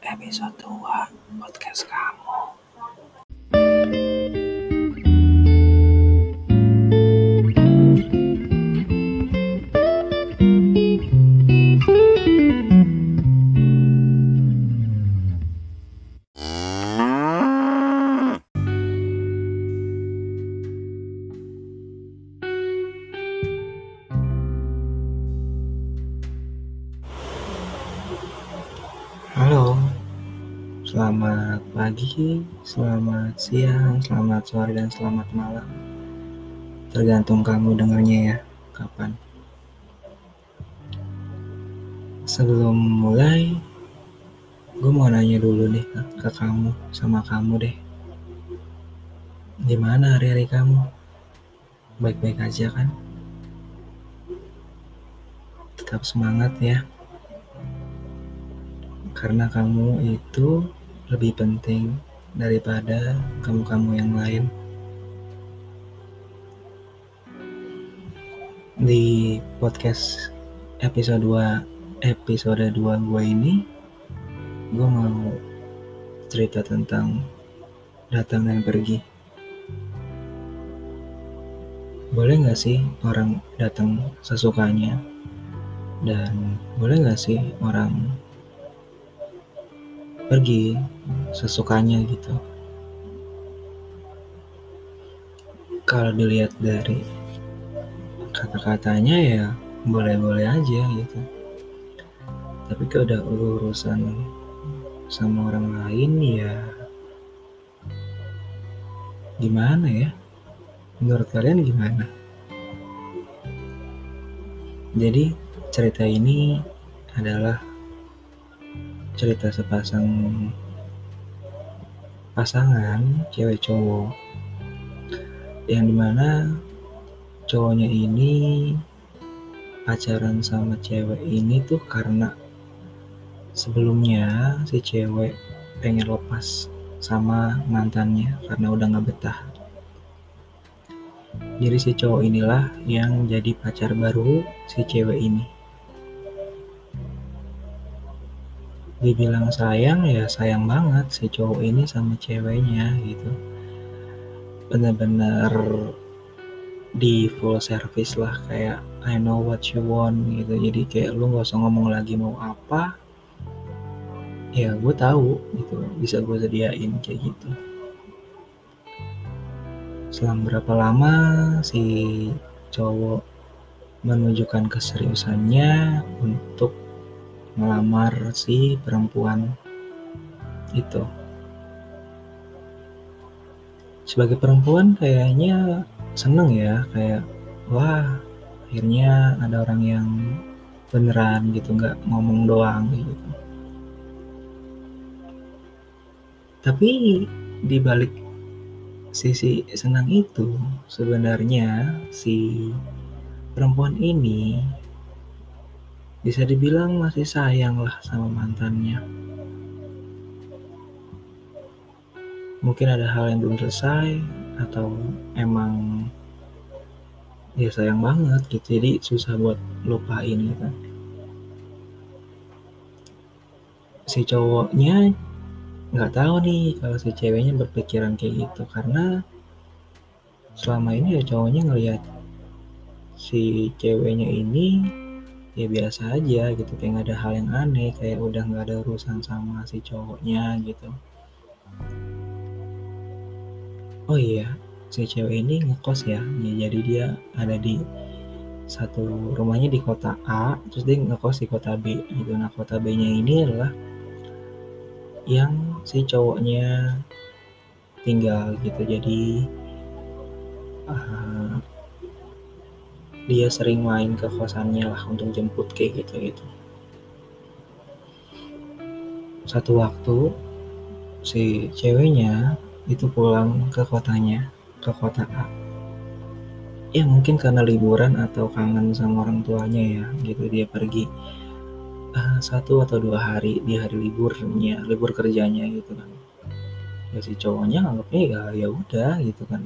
episode 2 podcast kamu. Halo, selamat pagi, selamat siang, selamat sore, dan selamat malam. Tergantung kamu dengarnya ya, kapan. Sebelum mulai, gue mau nanya dulu nih ke kamu, sama kamu deh. Gimana hari-hari kamu? Baik-baik aja kan? Tetap semangat ya. Karena kamu itu lebih penting daripada kamu-kamu yang lain. Di podcast episode 2 gue ini, gue mau cerita tentang datang dan pergi. Boleh gak sih orang datang sesukanya? Dan boleh gak sih orang pergi sesukanya gitu? Kalau dilihat dari kata-katanya ya boleh-boleh aja gitu. Tapi kalau udah urusan sama orang lain ya gimana ya? Menurut kalian gimana? Jadi cerita ini adalah cerita pasangan cewek cowok, yang dimana cowoknya ini pacaran sama cewek ini tuh karena sebelumnya si cewek pengen lepas sama mantannya karena udah gak betah. Jadi si cowok inilah yang jadi pacar baru si cewek ini. Dibilang sayang ya sayang banget si cowok ini sama ceweknya gitu. Bener-bener di full service lah, kayak I know what you want gitu. Jadi kayak lu gak usah ngomong lagi mau apa, ya gue tahu gitu, bisa gue sediain kayak gitu. Selang berapa lama si cowok menunjukkan keseriusannya untuk melamar si perempuan itu. Sebagai perempuan kayaknya seneng ya, kayak wah akhirnya ada orang yang beneran gitu, gak ngomong doang gitu. Tapi di balik sisi senang itu sebenarnya si perempuan ini bisa dibilang masih sayang lah sama mantannya. Mungkin ada hal yang belum selesai atau emang ya sayang banget gitu, jadi susah buat lupain gitu. Si cowoknya nggak tahu nih kalau si ceweknya berpikiran kayak gitu, karena selama ini ya cowoknya ngelihat si ceweknya ini ya biasa aja gitu, kayak nggak ada hal yang aneh, kayak udah nggak ada urusan sama si cowoknya gitu. Oh iya, si cewek ini ngekos ya, jadi dia ada di satu rumahnya di kota A, terus dia ngekos di kota B gitu. Nah kota B nya ini adalah yang si cowoknya tinggal gitu. Jadi dia sering main ke kosannya lah untuk jemput kayak gitu. Satu waktu si ceweknya itu pulang ke kotanya, ke kota A. Ya mungkin karena liburan atau kangen sama orang tuanya ya gitu, dia pergi 1 atau 2 hari di hari liburnya, libur kerjanya gitu kan. Ya si cowoknya anggapnya ya udah gitu kan,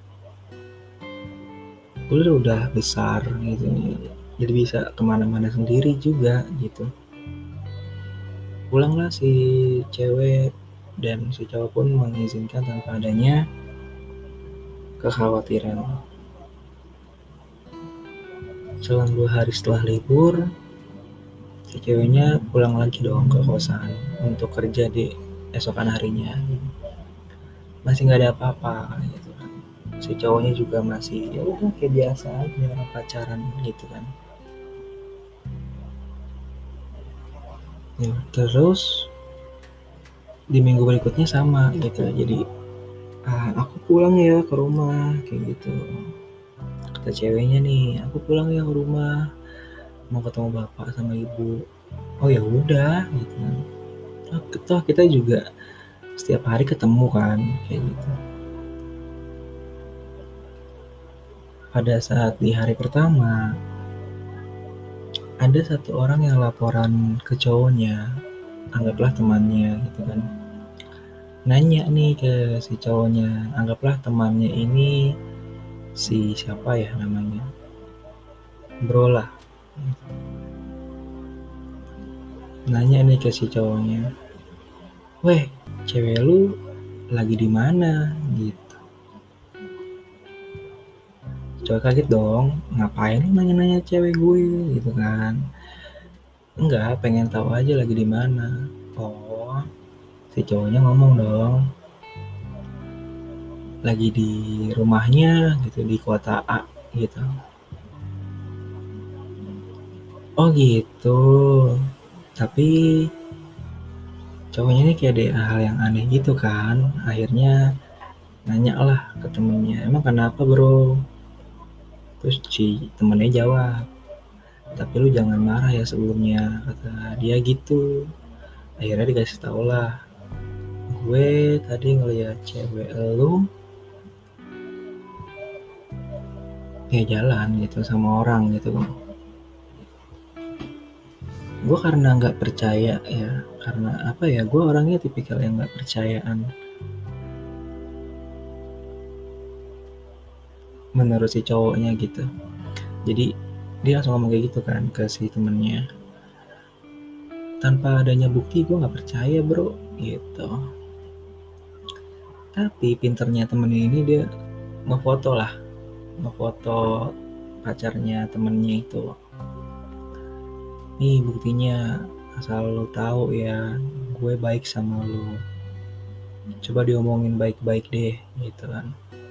udah besar gitu, jadi bisa kemana-mana sendiri juga gitu. Pulanglah si cewek dan si cowok pun mengizinkan tanpa adanya kekhawatiran. Selang 2 hari setelah libur, si ceweknya pulang lagi dong ke kosan untuk kerja di esokan harinya. Masih nggak ada apa-apa gitu kan. Si cowoknya juga masih ya udah kayak biasa aja orang pacaran gitu kan. Ya, terus di minggu berikutnya sama gitu. Jadi aku pulang ya ke rumah kayak gitu. Kata ceweknya nih, aku pulang ya ke rumah mau ketemu bapak sama ibu. Oh ya udah gitu kan. Toh kita juga setiap hari ketemu kan kayak gitu. Pada saat di hari pertama ada satu orang yang laporan ke cowoknya, anggaplah temannya gitu kan. Nanya nih ke si cowoknya, anggaplah temannya ini si siapa ya namanya, Bro lah. Nanya nih ke si cowoknya, weh cewek lu lagi di mana gitu. Cowok kaget dong, ngapain lu nanya-nanya cewek gue gitu kan. Enggak, pengen tahu aja lagi di mana. Oh, si cowoknya ngomong dong, lagi di rumahnya gitu di kota A gitu. Oh gitu. Tapi cowoknya ini kayak ada hal yang aneh gitu kan. Akhirnya nanya lah ke temennya, emang kenapa bro? Terus si temennya jawab, tapi lu jangan marah ya sebelumnya, kata dia gitu. Akhirnya dikasih tau lah, gue tadi ngeliat cewek lu ya jalan gitu sama orang gitu. Gue karena nggak percaya ya, karena apa ya, gue orangnya tipikal yang nggak percayaan menurut si cowoknya gitu. Jadi dia langsung ngomong kayak gitu kan ke si temennya, tanpa adanya bukti gue nggak percaya bro gitu. Tapi pinternya temennya ini dia ngefoto lah, ngefoto pacarnya temennya itu. Nih buktinya, asal lo tahu ya, gue baik sama lo. Coba diomongin baik-baik deh gitu kan.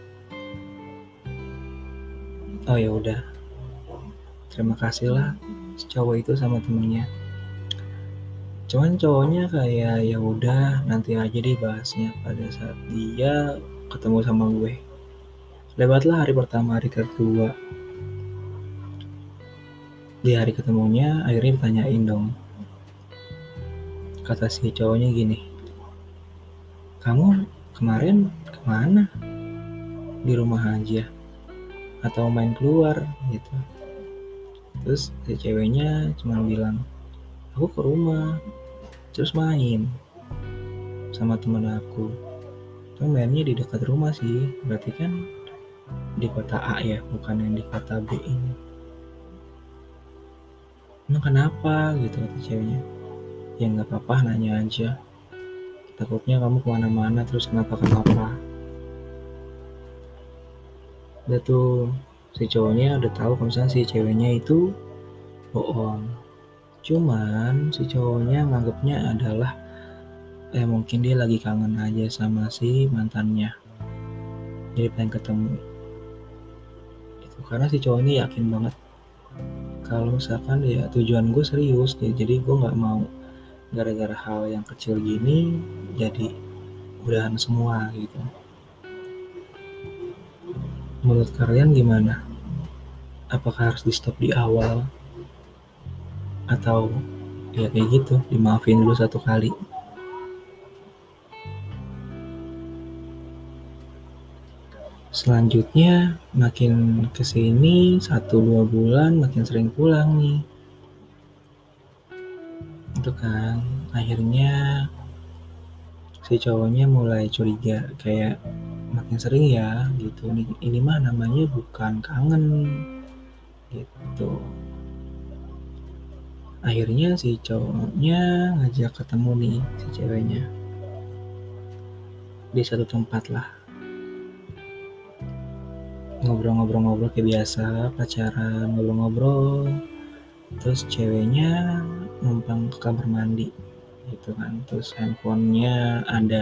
Oh ya udah, terima kasih lah cowok itu sama temennya. Cuman cowoknya kayak ya udah nanti aja deh bahasnya pada saat dia ketemu sama gue. Lewatlah hari pertama, hari kedua. Di hari ketemunya akhirnya ditanyain dong. Kata si cowoknya gini, kamu kemarin kemana? Di rumah aja atau main keluar gitu. Terus si ceweknya cuma bilang, aku ke rumah terus main sama temen aku. Cuma mainnya di dekat rumah sih, berarti kan di kota A ya, bukan yang di kota B ini. Emang kenapa gitu kata ceweknya. Ya nggak apa-apa, nanya aja, takutnya kamu kemana-mana terus kenapa-kenapa. Udah tuh si cowoknya udah tahu kalau misalnya si ceweknya itu bohong. Cuman si cowoknya nganggapnya adalah mungkin dia lagi kangen aja sama si mantannya, jadi pengen ketemu itu. Karena si cowok ini yakin banget kalau misalkan ya tujuan gue serius, jadi gue nggak mau gara-gara hal yang kecil gini jadi udahan semua gitu. Menurut kalian gimana? Apakah harus di stop di awal atau ya kayak gitu dimaafin dulu satu kali? Selanjutnya makin kesini 1-2 bulan makin sering pulang nih. Itu kan akhirnya si cowoknya mulai curiga, kayak makin sering ya gitu. Ini mah namanya bukan kangen gitu. Akhirnya si cowoknya ngajak ketemu nih si ceweknya di satu tempat lah, ngobrol-ngobrol kayak biasa, pacaran, ngobrol-ngobrol. Terus ceweknya numpang ke kamar mandi gitu kan, terus handphonenya ada.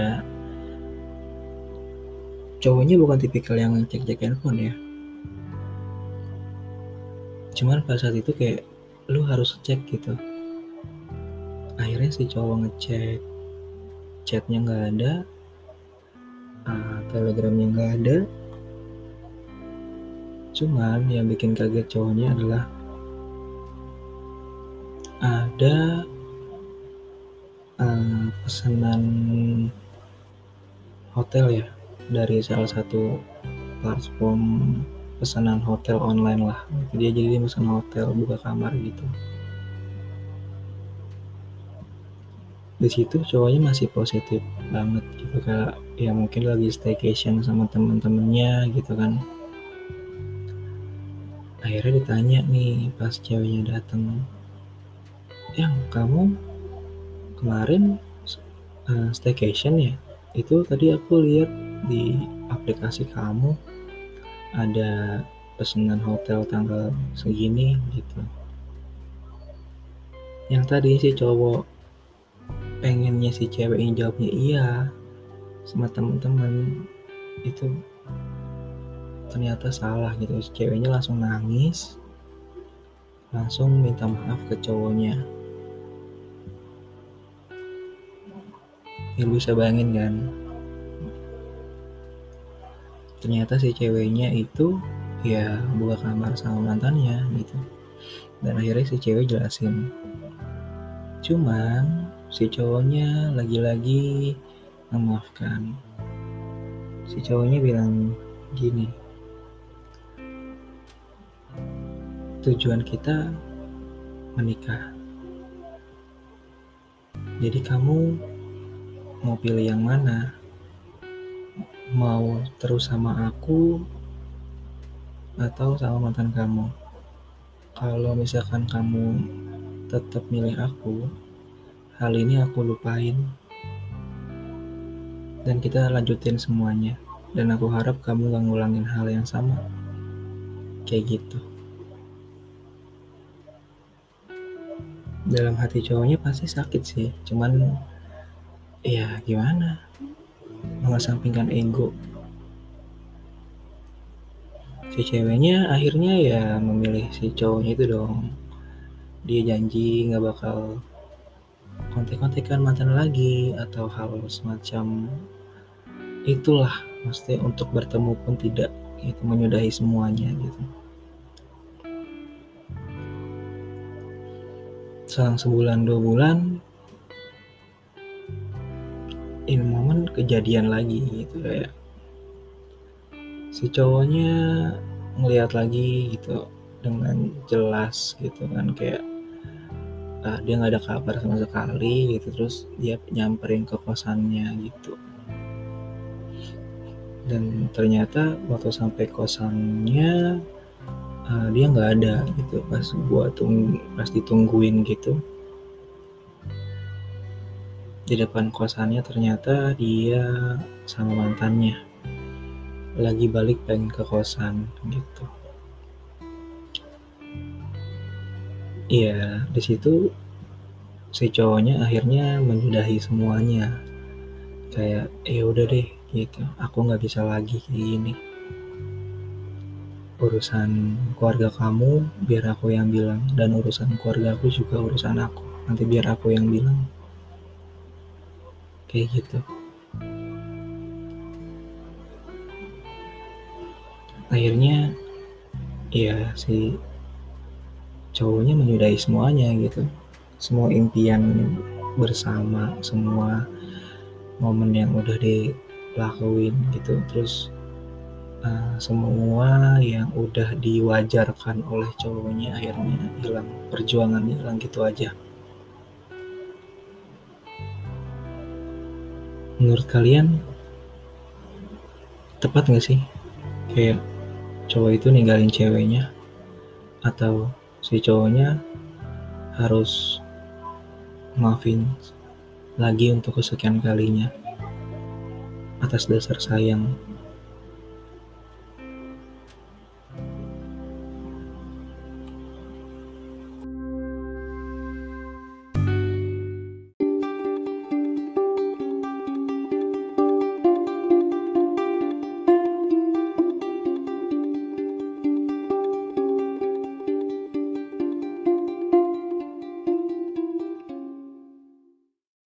Cowoknya bukan tipikal yang cek-cek handphone ya, cuman pada saat itu kayak lu harus cek gitu. Akhirnya si cowok ngecek, chatnya nggak ada, telegramnya nggak ada. Cuman yang bikin kaget cowoknya adalah ada pesanan hotel ya, dari salah satu platform pesanan hotel online lah. Dia jadi pesan hotel, buka kamar gitu. Di situ cowoknya masih positif banget gitu, kayak ya mungkin lagi staycation sama temen-temennya gitu kan. Akhirnya ditanya nih pas ceweknya datang, yang kamu kemarin staycation ya? Itu tadi aku lihat di aplikasi kamu ada pesanan hotel tanggal segini gitu. Yang tadi si cowok pengennya si ceweknya jawabnya iya sama temen-temen, itu ternyata salah gitu. Si ceweknya langsung nangis, langsung minta maaf ke cowoknya. Ya lu bisa bayangin kan, ternyata si ceweknya itu ya buka kamar sama mantannya gitu. Dan akhirnya si cewek jelasin, cuman si cowoknya lagi-lagi memaafkan. Si cowoknya bilang gini, tujuan kita menikah, jadi kamu mau pilih yang mana? Mau terus sama aku atau sama mantan kamu? Kalau misalkan kamu tetap milih aku, hal ini aku lupain dan kita lanjutin semuanya. Dan aku harap kamu gak ngulangin hal yang sama. Kayak gitu. Dalam hati cowoknya pasti sakit sih, cuman ya gimana, mengesampingkan ego. Si ceweknya akhirnya ya memilih si cowoknya itu dong. Dia janji gak bakal kontek-kontekan mantan lagi atau hal semacam itulah. Maksudnya untuk bertemu pun tidak, itu menyudahi semuanya gitu. Selang sebulan 2 bulan, in momen kejadian lagi gitu, kayak si cowoknya ngelihat lagi gitu dengan jelas gitu kan, kayak dia nggak ada kabar sama sekali gitu. Terus dia nyamperin ke kosannya gitu, dan ternyata waktu sampai kosannya dia nggak ada gitu. Pas ditungguin gitu di depan kosannya, ternyata dia sama mantannya lagi balik pengen ke kosan gitu. Iya, di situ si cowoknya akhirnya menyudahi semuanya. Kayak ya udah deh gitu, aku nggak bisa lagi kayak gini. Urusan keluarga kamu biar aku yang bilang, dan urusan keluarga aku juga urusan aku. Nanti biar aku yang bilang. Kayak gitu. Akhirnya ya si cowoknya menyudahi semuanya gitu. Semua impian bersama, semua momen yang udah dilakuin gitu. Terus semua yang udah diwajarkan oleh cowoknya akhirnya hilang, perjuangannya hilang gitu aja. Menurut kalian tepat gak sih kayak cowok itu ninggalin ceweknya, atau si cowoknya harus maafin lagi untuk kesekian kalinya atas dasar sayang